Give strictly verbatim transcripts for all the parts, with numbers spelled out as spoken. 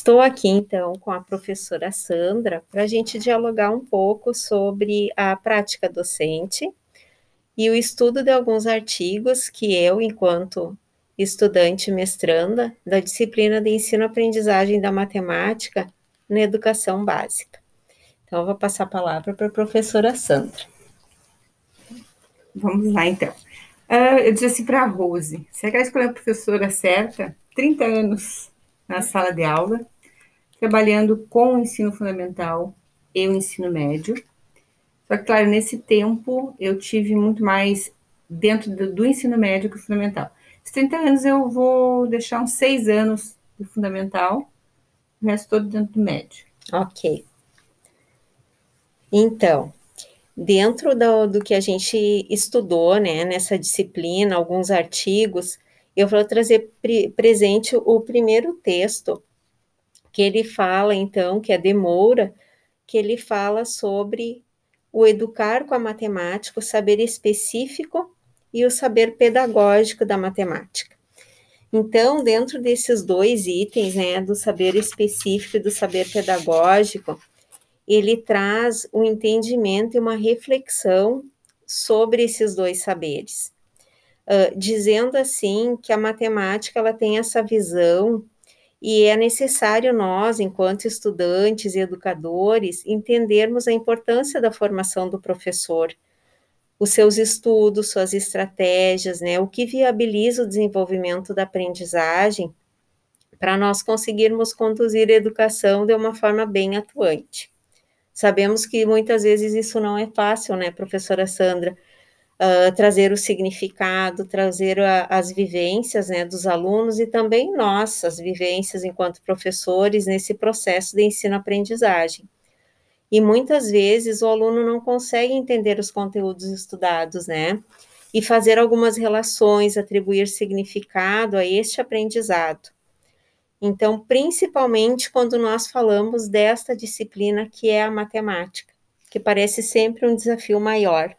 Estou aqui, então, com a professora Sandra para a gente dialogar um pouco sobre a prática docente e o estudo de alguns artigos que eu, enquanto estudante mestranda da disciplina de ensino-aprendizagem da matemática na educação básica. Então, eu vou passar a palavra para a professora Sandra. Vamos lá, então. Uh, eu disse assim para a Rose, será que ela escolheu a professora certa? trinta anos na sala de aula, trabalhando com o ensino fundamental e o ensino médio. Só que, claro, nesse tempo eu tive muito mais dentro do, do ensino médio que o fundamental. Esses trinta anos eu vou deixar uns seis anos do fundamental, o resto todo dentro do médio. Ok. Então, dentro do, do que a gente estudou, né, nessa disciplina, alguns artigos, eu vou trazer pre presente o primeiro texto, que ele fala, então, que é de Moura, que ele fala sobre o educar com a matemática, o saber específico e o saber pedagógico da matemática. Então, dentro desses dois itens, né, do saber específico e do saber pedagógico, ele traz um entendimento e uma reflexão sobre esses dois saberes, uh, dizendo assim que a matemática ela tem essa visão e é necessário nós, enquanto estudantes e educadores, entendermos a importância da formação do professor, os seus estudos, suas estratégias, né, o que viabiliza o desenvolvimento da aprendizagem, para nós conseguirmos conduzir a educação de uma forma bem atuante. Sabemos que muitas vezes isso não é fácil, né, professora Sandra? Uh, trazer o significado, trazer a, as vivências, né, dos alunos e também nossas vivências enquanto professores nesse processo de ensino-aprendizagem. E muitas vezes o aluno não consegue entender os conteúdos estudados, né, e fazer algumas relações, atribuir significado a este aprendizado. Então, principalmente quando nós falamos desta disciplina que é a matemática, que parece sempre um desafio maior.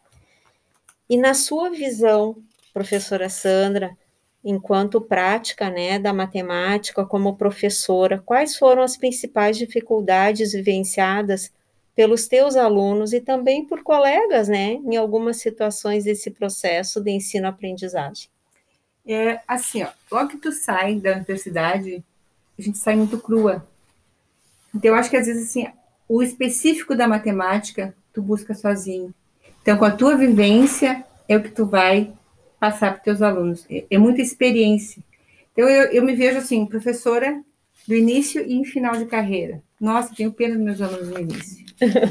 E na sua visão, professora Sandra, enquanto prática, né, da matemática como professora, quais foram as principais dificuldades vivenciadas pelos teus alunos e também por colegas, né, em algumas situações desse processo de ensino-aprendizagem? É assim, ó, logo que tu sai da universidade, a gente sai muito crua. Então, eu acho que às vezes assim, o específico da matemática tu busca sozinho. Então, com a tua vivência é o que tu vai passar para os teus alunos. É, é muita experiência. Então, eu, eu me vejo assim, professora do início e final de carreira. Nossa, tenho pena dos meus alunos no início.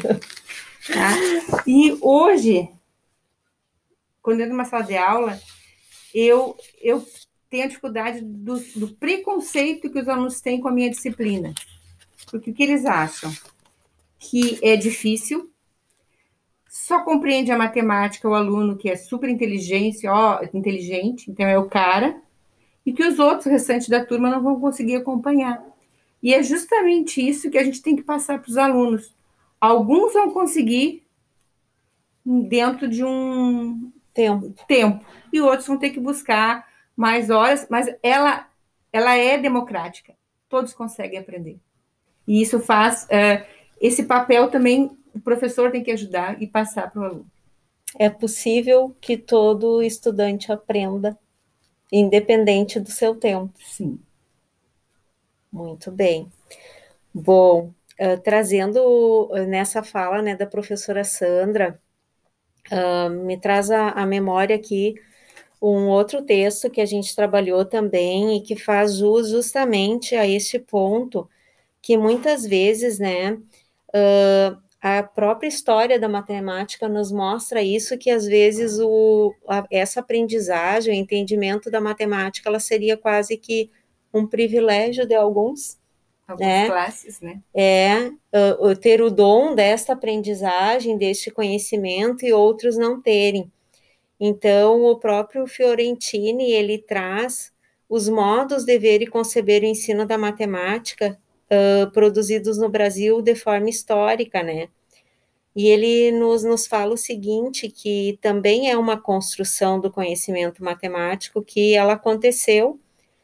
Tá? E hoje, quando eu entro numa sala de aula, eu, eu tenho a dificuldade do, do preconceito que os alunos têm com a minha disciplina. Porque o que eles acham? Que é difícil, só compreende a matemática o aluno que é super inteligente, ó, inteligente, então é o cara, e que os outros restantes da turma não vão conseguir acompanhar. E é justamente isso que a gente tem que passar para os alunos. Alguns vão conseguir dentro de um Tempo. tempo, e outros vão ter que buscar mais horas, mas ela, ela é democrática. Todos conseguem aprender. E isso faz, uh, esse papel também o professor tem que ajudar e passar para o aluno. É possível que todo estudante aprenda, independente do seu tempo. Sim. Muito bem. Bom, uh, trazendo nessa fala, né, da professora Sandra, uh, me traz a, a memória aqui um outro texto que a gente trabalhou também e que faz jus justamente a este ponto, que muitas vezes, né, uh, a própria história da matemática nos mostra isso, que às vezes o, a, essa aprendizagem, o entendimento da matemática, ela seria quase que um privilégio de alguns, Algumas né? classes, né? É uh, ter o dom desta aprendizagem, deste conhecimento e outros não terem. Então, o próprio Fiorentini, ele traz os modos de ver e conceber o ensino da matemática uh, produzidos no Brasil de forma histórica, né? E ele nos, nos fala o seguinte, que também é uma construção do conhecimento matemático, que ela aconteceu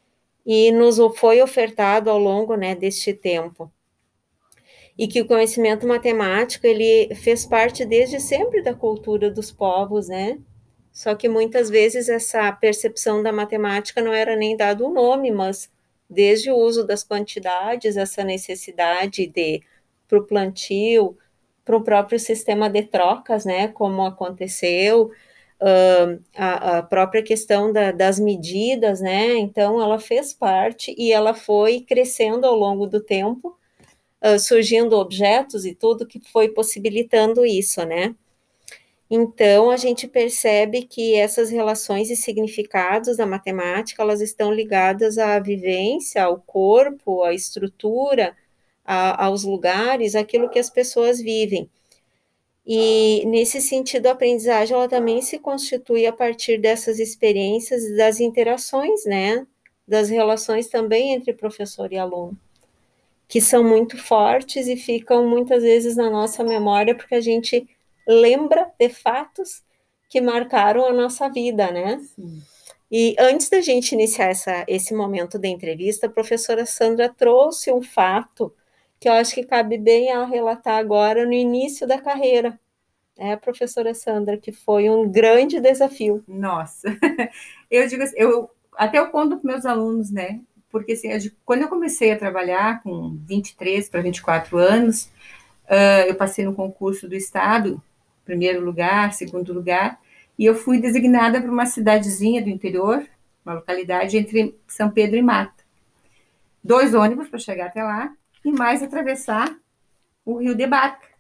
e nos foi ofertado ao longo, né, deste tempo. E que o conhecimento matemático, ele fez parte desde sempre da cultura dos povos, né? Só que muitas vezes essa percepção da matemática não era nem dado o nome, mas desde o uso das quantidades, essa necessidade de para o plantio, para o próprio sistema de trocas, né, como aconteceu, uh, a, a, própria questão da, das medidas, né, então ela fez parte e ela foi crescendo ao longo do tempo, uh, surgindo objetos e tudo que foi possibilitando isso, né. Então, a gente percebe que essas relações e significados da matemática, elas estão ligadas à vivência, ao corpo, à estrutura, a, aos lugares, aquilo que as pessoas vivem. E, nesse sentido, a aprendizagem, ela também se constitui a partir dessas experiências e das interações, né? Das relações também entre professor e aluno, que são muito fortes e ficam muitas vezes na nossa memória, porque a gente lembra de fatos que marcaram a nossa vida, né? Sim. E antes da gente iniciar essa, esse momento da entrevista, a professora Sandra trouxe um fato que eu acho que cabe bem ela relatar agora no início da carreira, é, professora Sandra, que foi um grande desafio. Nossa, eu digo assim, eu até eu conto para meus alunos, né? Porque assim, eu, quando eu comecei a trabalhar com vinte e três para vinte e quatro anos, uh, eu passei no concurso do estado, primeiro lugar, segundo lugar, e eu fui designada para uma cidadezinha do interior, uma localidade entre São Pedro e Mata. Dois ônibus para chegar até lá e mais atravessar o rio de barca.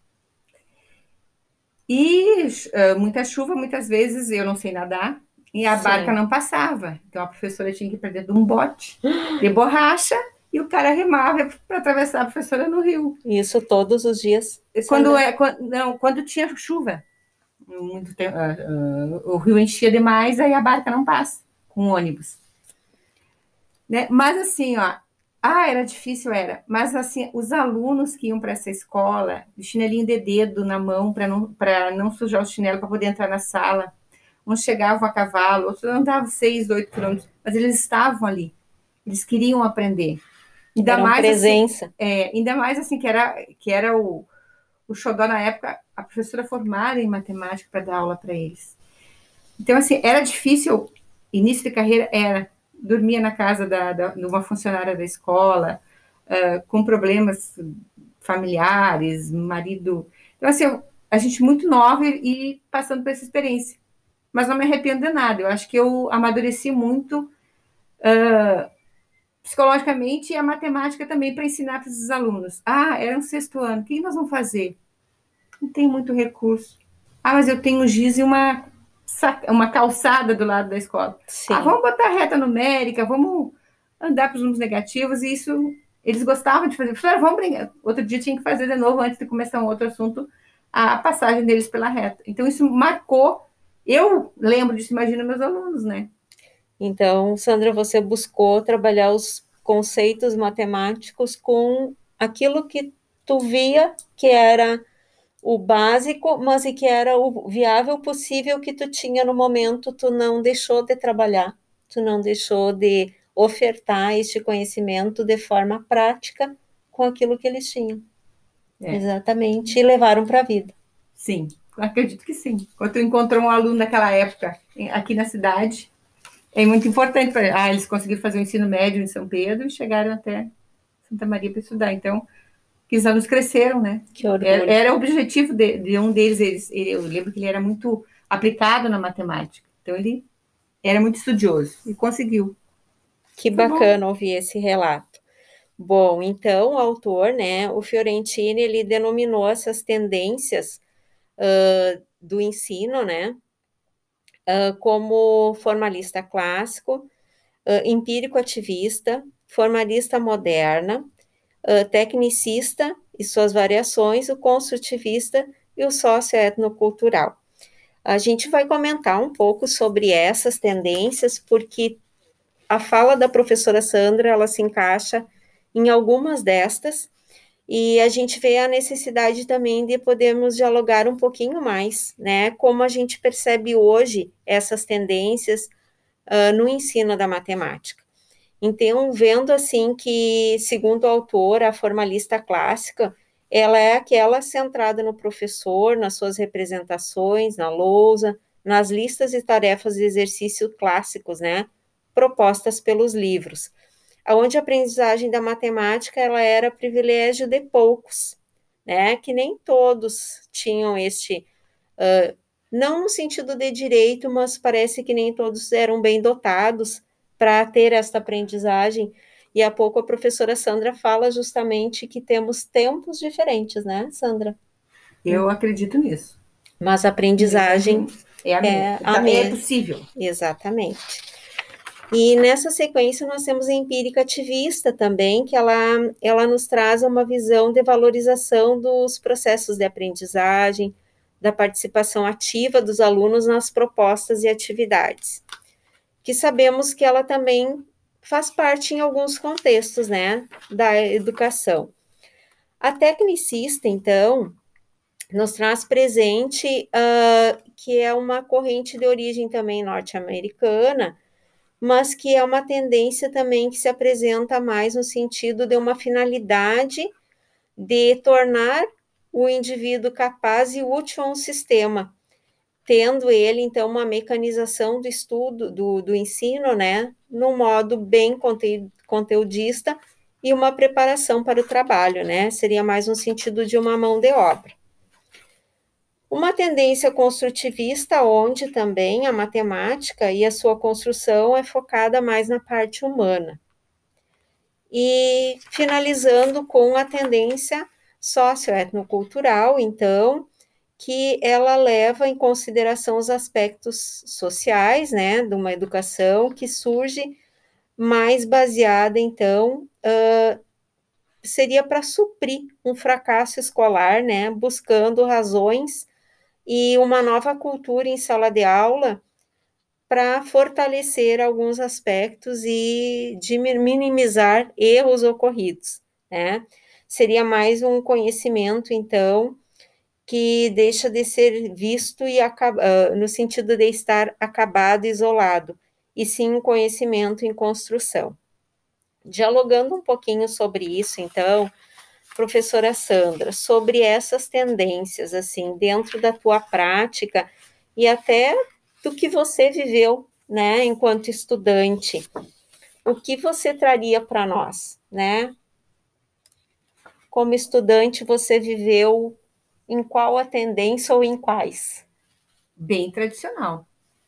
E uh, muita chuva, muitas vezes eu não sei nadar e a Sim. barca não passava. Então a professora tinha que ir para dentro de um bote de borracha e o cara remava para atravessar a professora no rio. Isso todos os dias? Quando, é, quando, não, quando tinha chuva. Muito tempo, uh, uh, o rio enchia demais, aí a barca não passa com o ônibus. Né? Mas assim, ó, ah, era difícil, era. Mas, assim, os alunos que iam para essa escola, de chinelinho de dedo na mão, para não, para não sujar o chinelo, para poder entrar na sala. Uns chegavam a cavalo, outros andavam seis, oito quilômetros, mas eles estavam ali. Eles queriam aprender. Ainda Era uma mais, presença. Assim, é, ainda mais, assim, que era, que era o, o xodó na época, a professora formada em matemática para dar aula para eles. Então, assim, era difícil, início de carreira era... dormia na casa da, da, de uma funcionária da escola, uh, com problemas familiares, marido... Então, assim, a gente muito nova e, e passando por essa experiência. Mas não me arrependo de nada. Eu acho que eu amadureci muito uh, psicologicamente e a matemática também para ensinar para esses alunos. Ah, era um sexto ano, o que nós vamos fazer? Não tem muito recurso. Ah, mas eu tenho um giz e uma... uma calçada do lado da escola. Sim. Ah, vamos botar reta numérica, vamos andar para os números negativos, e isso eles gostavam de fazer. Professora, vamos brincar. Outro dia tinha que fazer de novo, antes de começar um outro assunto, a passagem deles pela reta. Então, isso marcou. Eu lembro disso, imagino meus alunos, né? Então, Sandra, você buscou trabalhar os conceitos matemáticos com aquilo que tu via que era o básico, mas e que era o viável possível que tu tinha no momento, tu não deixou de trabalhar, tu não deixou de ofertar este conhecimento de forma prática com aquilo que eles tinham. É. Exatamente, e levaram para a vida. Sim, acredito que sim. Quando tu encontrou um aluno naquela época, aqui na cidade, é muito importante para ah, eles conseguiram fazer o ensino médio em São Pedro e chegaram até Santa Maria para estudar. Então, que os alunos cresceram, né? Que orgulho. Era, era o objetivo de, de um deles. Eles, ele, eu lembro que ele era muito aplicado na matemática. Então, ele era muito estudioso e conseguiu. Que Foi bacana bom. Ouvir esse relato. Bom, então, o autor, né, o Fiorentini, ele denominou essas tendências uh, do ensino, né, uh, como formalista clássico, uh, empírico ativista, formalista moderna, Uh, tecnicista e suas variações, o construtivista e o socioetnocultural. A gente vai comentar um pouco sobre essas tendências, porque a fala da professora Sandra, ela se encaixa em algumas destas, e a gente vê a necessidade também de podermos dialogar um pouquinho mais, né, como a gente percebe hoje essas tendências uh, no ensino da matemática. Então, vendo assim que, segundo o autor, a formalista clássica, ela é aquela centrada no professor, nas suas representações, na lousa, nas listas e tarefas de exercício clássicos, né, propostas pelos livros, onde a aprendizagem da matemática ela era privilégio de poucos, né, que nem todos tinham este, uh, não no sentido de direito, mas parece que nem todos eram bem dotados para ter esta aprendizagem. E há pouco a professora Sandra fala justamente que temos tempos diferentes, né, Sandra? Eu hum. acredito nisso. Mas a aprendizagem é a mesma. É, a mesma. É possível. Exatamente. E nessa sequência nós temos a empírica ativista também, que ela, ela nos traz uma visão de valorização dos processos de aprendizagem, da participação ativa dos alunos nas propostas e atividades, que sabemos que ela também faz parte em alguns contextos, né, da educação. A tecnicista, então, nos traz presente uh, que é uma corrente de origem também norte-americana, mas que é uma tendência também que se apresenta mais no sentido de uma finalidade de tornar o indivíduo capaz e útil a um sistema, tendo ele, então, uma mecanização do estudo, do, do ensino, né, num modo bem conte conteudista e uma preparação para o trabalho, né, seria mais no sentido de uma mão de obra. Uma tendência construtivista, onde também a matemática e a sua construção é focada mais na parte humana. E finalizando com a tendência socioetnocultural, então, que ela leva em consideração os aspectos sociais, né, de uma educação que surge mais baseada, então, uh, seria para suprir um fracasso escolar, né, buscando razões e uma nova cultura em sala de aula para fortalecer alguns aspectos e de minimizar erros ocorridos, né? Seria mais um conhecimento, então, que deixa de ser visto e acaba, uh, no sentido de estar acabado e isolado, e sim um conhecimento em construção. Dialogando um pouquinho sobre isso, então, professora Sandra, sobre essas tendências, assim, dentro da tua prática e até do que você viveu, né, enquanto estudante, o que você traria para nós, né? Como estudante, você viveu em qual a tendência ou em quais? Bem tradicional,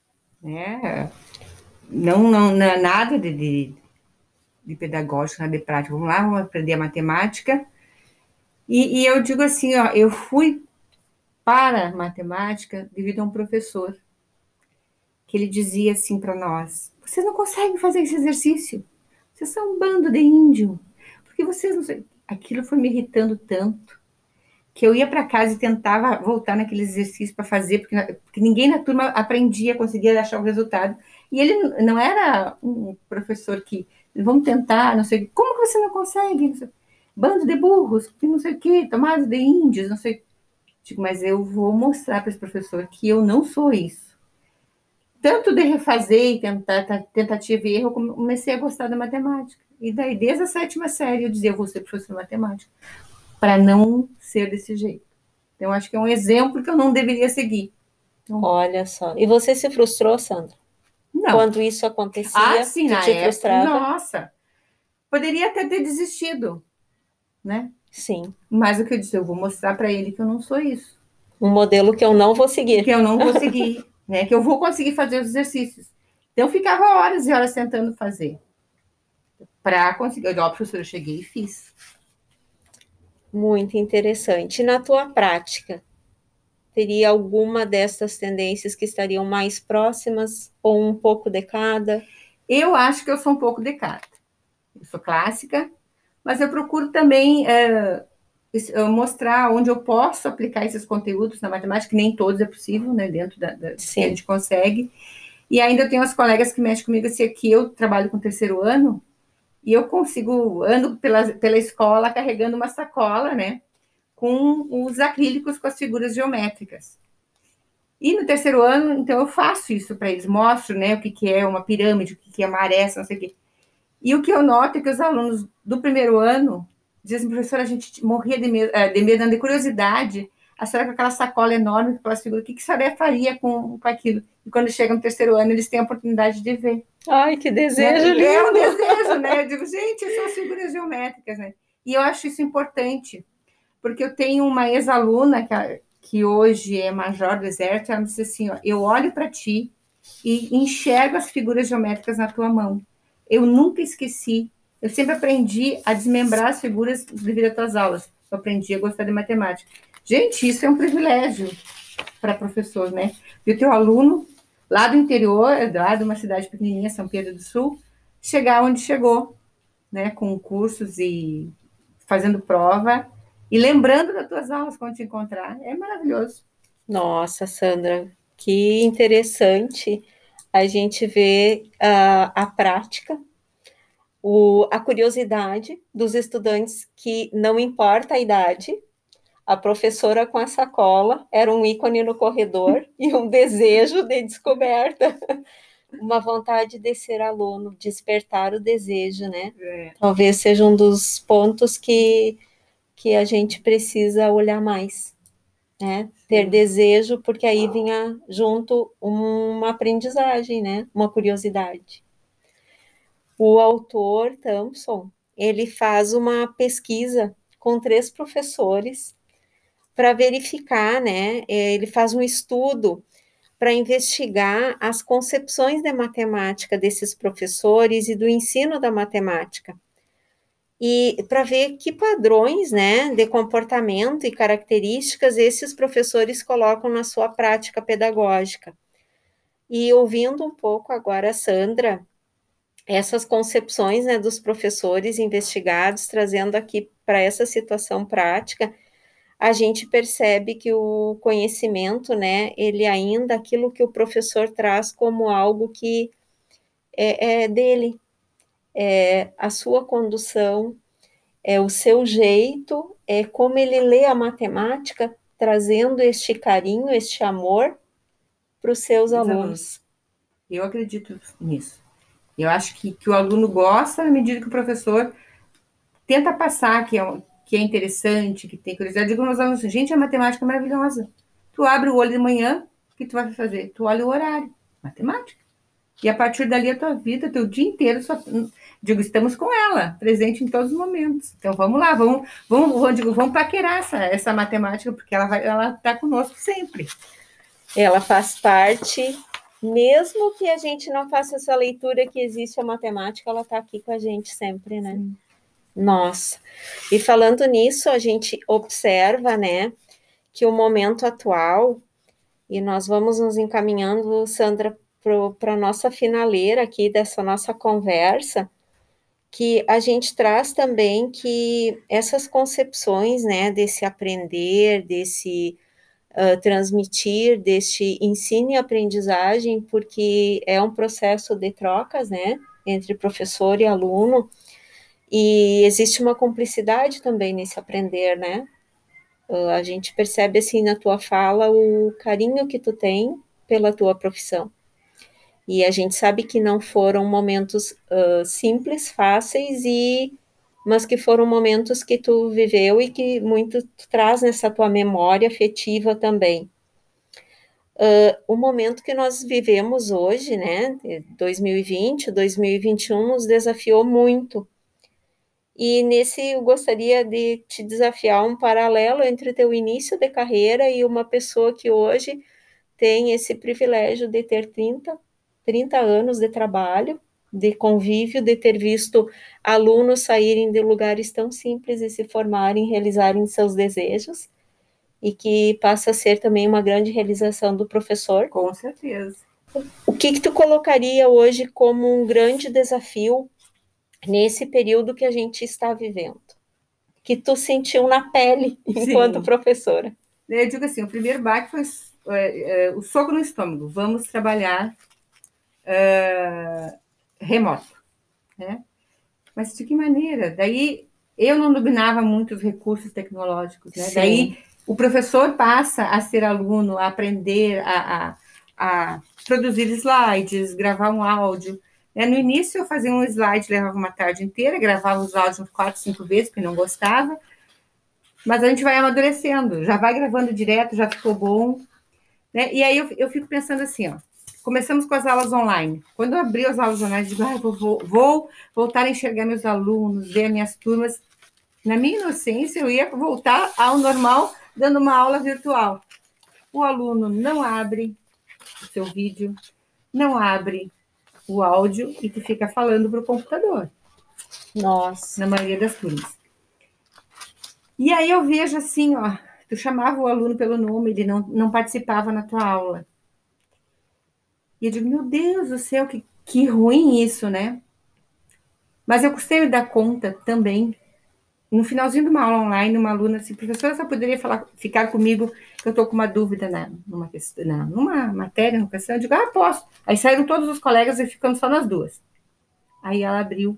né? Não, não, não nada de, de, de pedagógico, nada de prática. Vamos lá, vamos aprender a matemática. E, e eu digo assim, ó, eu fui para matemática devido a um professor que ele dizia assim para nós: vocês não conseguem fazer esse exercício, vocês são um bando de índio, porque vocês não sei. Aquilo foi me irritando tanto que eu ia para casa e tentava voltar naquele exercício para fazer, porque, porque ninguém na turma aprendia, conseguia achar o resultado. E ele não era um professor que, vamos tentar, não sei, como que você não consegue? Não sei, bando de burros, não sei o quê, tomado de índios, não sei. Digo, mas eu vou mostrar para esse professor que eu não sou isso. Tanto de refazer e tentar, tentativa e erro, eu comecei a gostar da matemática. E daí, desde a sétima série, eu dizia, eu vou ser professor de matemática, para não ser desse jeito. Então, acho que é um exemplo que eu não deveria seguir. Então, olha só. E você se frustrou, Sandra? Não. Quando isso acontecia, ah, sim, tu na te época, frustrava? Nossa, poderia até ter desistido, né? Sim. Mas o que eu disse, eu vou mostrar para ele que eu não sou isso. Um modelo que eu não vou seguir. Que eu não vou seguir, né? Que eu vou conseguir fazer os exercícios. Então, eu ficava horas e horas tentando fazer. Para conseguir. Eu, ó, professora, eu cheguei e fiz. Muito interessante. E na tua prática, teria alguma dessas tendências que estariam mais próximas ou um pouco de cada? Eu acho que eu sou um pouco de cada. Eu sou clássica, mas eu procuro também é, mostrar onde eu posso aplicar esses conteúdos na matemática, que nem todos é possível, né, dentro da, da que a gente consegue. E ainda eu tenho as colegas que mexem comigo, assim, que eu trabalho com o terceiro ano, e eu consigo, ando pela, pela escola carregando uma sacola, né, com os acrílicos com as figuras geométricas. E no terceiro ano, então, eu faço isso para eles, mostro, né, o que, que é uma pirâmide, o que, que é uma aresta, não sei o quê. E o que eu noto é que os alunos do primeiro ano dizem, professora, a gente morria de medo, de, medo, de curiosidade, a senhora com aquela sacola enorme, com aquelas figuras, o que, que a senhora faria com, com aquilo? E quando chegam no terceiro ano, eles têm a oportunidade de ver. Ai, que desejo Né? lindo! É um desejo, né? Eu digo, gente, são as figuras geométricas, né? E eu acho isso importante, porque eu tenho uma ex-aluna que, que hoje é major do exército, ela me disse assim, ó, eu olho para ti e enxergo as figuras geométricas na tua mão. Eu nunca esqueci. Eu sempre aprendi a desmembrar as figuras devido às tuas aulas. Eu aprendi a gostar de matemática. Gente, isso é um privilégio para professor, né? E o teu aluno, lá do interior, lá de uma cidade pequenininha, São Pedro do Sul, chegar onde chegou, né? Com cursos e fazendo prova e lembrando das tuas aulas quando te encontrar. É maravilhoso. Nossa, Sandra, que interessante a gente ver uh, a prática, o, a curiosidade dos estudantes, que não importa a idade, a professora com a sacola era um ícone no corredor e um desejo de descoberta, uma vontade de ser aluno, despertar o desejo, né? É. Talvez seja um dos pontos que, que a gente precisa olhar mais. Né? Ter desejo, porque aí vinha junto uma aprendizagem, né? Uma curiosidade. O autor Thompson, ele faz uma pesquisa com três professores para verificar, né? Ele faz um estudo para investigar as concepções de matemática desses professores e do ensino da matemática. E para ver que padrões, né, de comportamento e características esses professores colocam na sua prática pedagógica. E ouvindo um pouco agora a Sandra, essas concepções, né, dos professores investigados, trazendo aqui para essa situação prática, a gente percebe que o conhecimento, né, ele ainda, aquilo que o professor traz como algo que é, é dele, é a sua condução, é o seu jeito, é como ele lê a matemática, trazendo este carinho, este amor para os seus alunos. Eu acredito nisso. Eu acho que, que o aluno gosta na medida que o professor tenta passar que é, que é interessante, que tem curiosidade. Eu digo aos alunos, gente, a matemática é maravilhosa. Tu abre o olho de manhã, o que tu vai fazer? Tu olha o horário, matemática. E a partir dali a tua vida, teu dia inteiro, só, digo, estamos com ela, presente em todos os momentos. Então vamos lá, vamos, vamos, digo, vamos paquerar essa, essa matemática, porque ela vai, ela está conosco sempre. Ela faz parte, mesmo que a gente não faça essa leitura que existe a matemática, ela está aqui com a gente sempre, né? Sim. Nossa. E falando nisso, a gente observa, né, que o momento atual, e nós vamos nos encaminhando, Sandra, para a nossa finaleira aqui dessa nossa conversa, que a gente traz também que essas concepções, né, desse aprender, desse uh, transmitir, deste ensino e aprendizagem, porque é um processo de trocas, né, entre professor e aluno, e existe uma cumplicidade também nesse aprender, né, uh, a gente percebe, assim, na tua fala, o carinho que tu tem pela tua profissão. E a gente sabe que não foram momentos uh, simples, fáceis, e, mas que foram momentos que tu viveu e que muito tu traz nessa tua memória afetiva também. Uh, o momento que nós vivemos hoje, né, dois mil e vinte, dois mil e vinte e um, nos desafiou muito. E nesse eu gostaria de te desafiar um paralelo entre teu início de carreira e uma pessoa que hoje tem esse privilégio de ter trinta, trinta anos de trabalho, de convívio, de ter visto alunos saírem de lugares tão simples e se formarem, realizarem seus desejos, e que passa a ser também uma grande realização do professor. Com certeza. O que que tu colocaria hoje como um grande desafio nesse período que a gente está vivendo? Que tu sentiu na pele enquanto Sim. professora? Eu digo assim, o primeiro baque foi é, é, o soco no estômago. Vamos trabalhar é, remoto, né? Mas de que maneira? Daí eu não dominava muito os recursos tecnológicos, né? Sim. Daí o professor passa a ser aluno, a aprender a, a, a produzir slides, gravar um áudio, É, no início eu fazia um slide, levava uma tarde inteira, gravava os áudios quatro, cinco vezes, porque não gostava, mas a gente vai amadurecendo, já vai gravando direto, já ficou bom, né? E aí eu, eu fico pensando assim, ó, começamos com as aulas online. Quando eu abri as aulas online, eu digo, ah, vou, vou, vou voltar a enxergar meus alunos, ver minhas turmas. Na minha inocência, eu ia voltar ao normal, dando uma aula virtual. O aluno não abre o seu vídeo, não abre o áudio e tu fica falando para o computador. Nossa. Na maioria das turmas. E aí eu vejo assim, ó, tu chamava o aluno pelo nome, ele não, não participava na tua aula. E eu digo, meu Deus do céu, que, que ruim isso, né? Mas eu custei me dar conta também, no finalzinho de uma aula online, uma aluna disse, professora, você poderia falar, ficar comigo, que eu estou com uma dúvida na, numa, questão, na, numa matéria, numa questão. Eu digo, ah, posso. Aí saíram todos os colegas e ficamos só nós duas. Aí ela abriu.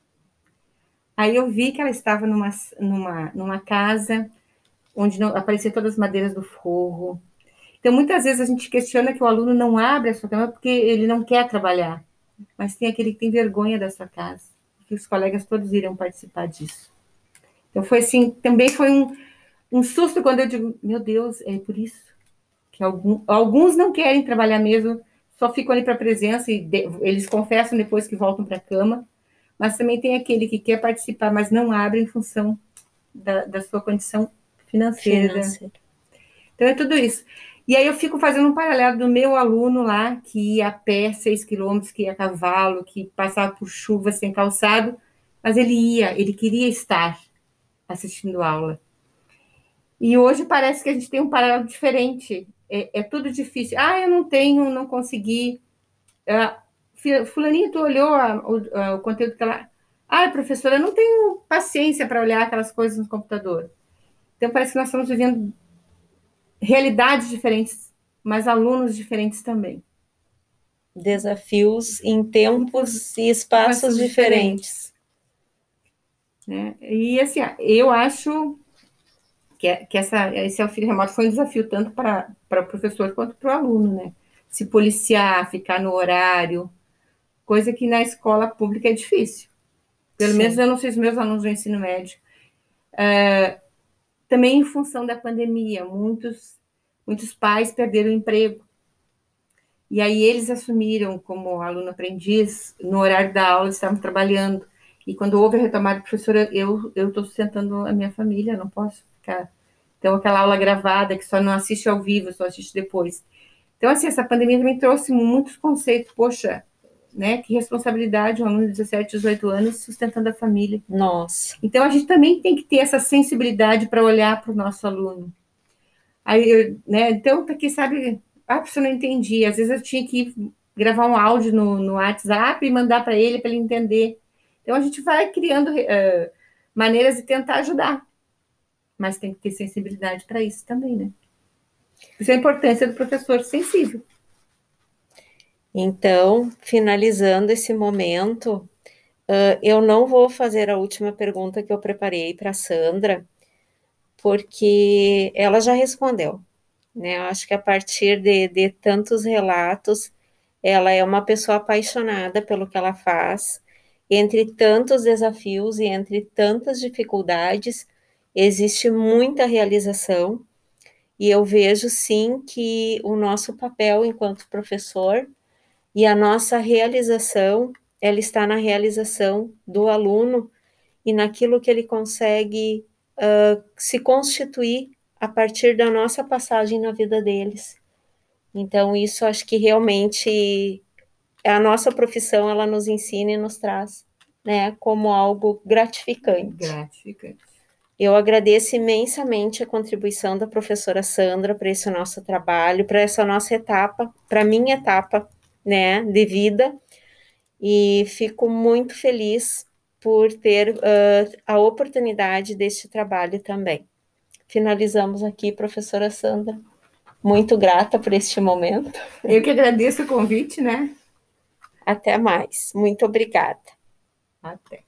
Aí eu vi que ela estava numa, numa, numa casa onde não apareciam todas as madeiras do forro. Então, muitas vezes a gente questiona que o aluno não abre a sua cama porque ele não quer trabalhar, mas tem aquele que tem vergonha da sua casa, que os colegas todos iriam participar disso. Então, foi assim, também foi um, um susto quando eu digo, meu Deus, é por isso que algum, alguns não querem trabalhar mesmo, só ficam ali para a presença e de, eles confessam depois que voltam para a cama, mas também tem aquele que quer participar, mas não abre em função da, da sua condição financeira. Financeiro. Então é tudo isso. E aí eu fico fazendo um paralelo do meu aluno lá, que ia a pé seis quilômetros, que ia a cavalo, que passava por chuva sem calçado, mas ele ia, ele queria estar assistindo aula. E hoje parece que a gente tem um paralelo diferente. É, é tudo difícil. Ah, eu não tenho, não consegui. Ah, fulaninho, tu olhou a, o, a, o conteúdo que ela... Ah, professora, eu não tenho paciência para olhar aquelas coisas no computador. Então parece que nós estamos vivendo realidades diferentes, mas alunos diferentes também. Desafios em tempos e espaços diferentes. diferentes. Né? E assim, eu acho que, que essa, esse auxílio remoto foi um desafio tanto para, para o professor quanto para o aluno, né? Se policiar, ficar no horário, coisa que na escola pública é difícil. Pelo Sim. menos eu não sei se meus alunos do ensino médio. É, também em função da pandemia, muitos, muitos pais perderam o emprego. E aí eles assumiram como aluno aprendiz, no horário da aula estavam trabalhando. E quando houve a retomada, professora, eu estou sustentando a minha família, não posso ficar... Então, aquela aula gravada, que só não assiste ao vivo, só assiste depois. Então, assim, essa pandemia também trouxe muitos conceitos. Poxa, né, que responsabilidade um aluno de dezessete, dezoito anos sustentando a família. Nossa. Então, a gente também tem que ter essa sensibilidade para olhar para o nosso aluno. Aí, eu, né, então, para quem sabe... Ah, professor, não entendi. Às vezes eu tinha que gravar um áudio no, no WhatsApp e mandar para ele, para ele entender. Então, a gente vai criando uh, maneiras de tentar ajudar. Mas tem que ter sensibilidade para isso também, né? Por isso a importância do professor sensível. Então, finalizando esse momento, uh, eu não vou fazer a última pergunta que eu preparei para a Sandra, porque ela já respondeu. Né? Eu acho que a partir de, de tantos relatos, ela é uma pessoa apaixonada pelo que ela faz. Entre tantos desafios e entre tantas dificuldades, existe muita realização. E eu vejo sim que o nosso papel enquanto professor e a nossa realização, ela está na realização do aluno e naquilo que ele consegue uh, se constituir a partir da nossa passagem na vida deles. Então, isso acho que realmente a nossa profissão, ela nos ensina e nos traz, né, como algo gratificante. Gratificante. Eu agradeço imensamente a contribuição da professora Sandra para esse nosso trabalho, para essa nossa etapa, para a minha etapa, né, de vida, e fico muito feliz por ter uh, a oportunidade deste trabalho também. Finalizamos aqui, professora Sandra. Muito grata por este momento. Eu que agradeço o convite, né? Até mais. Muito obrigada. Até.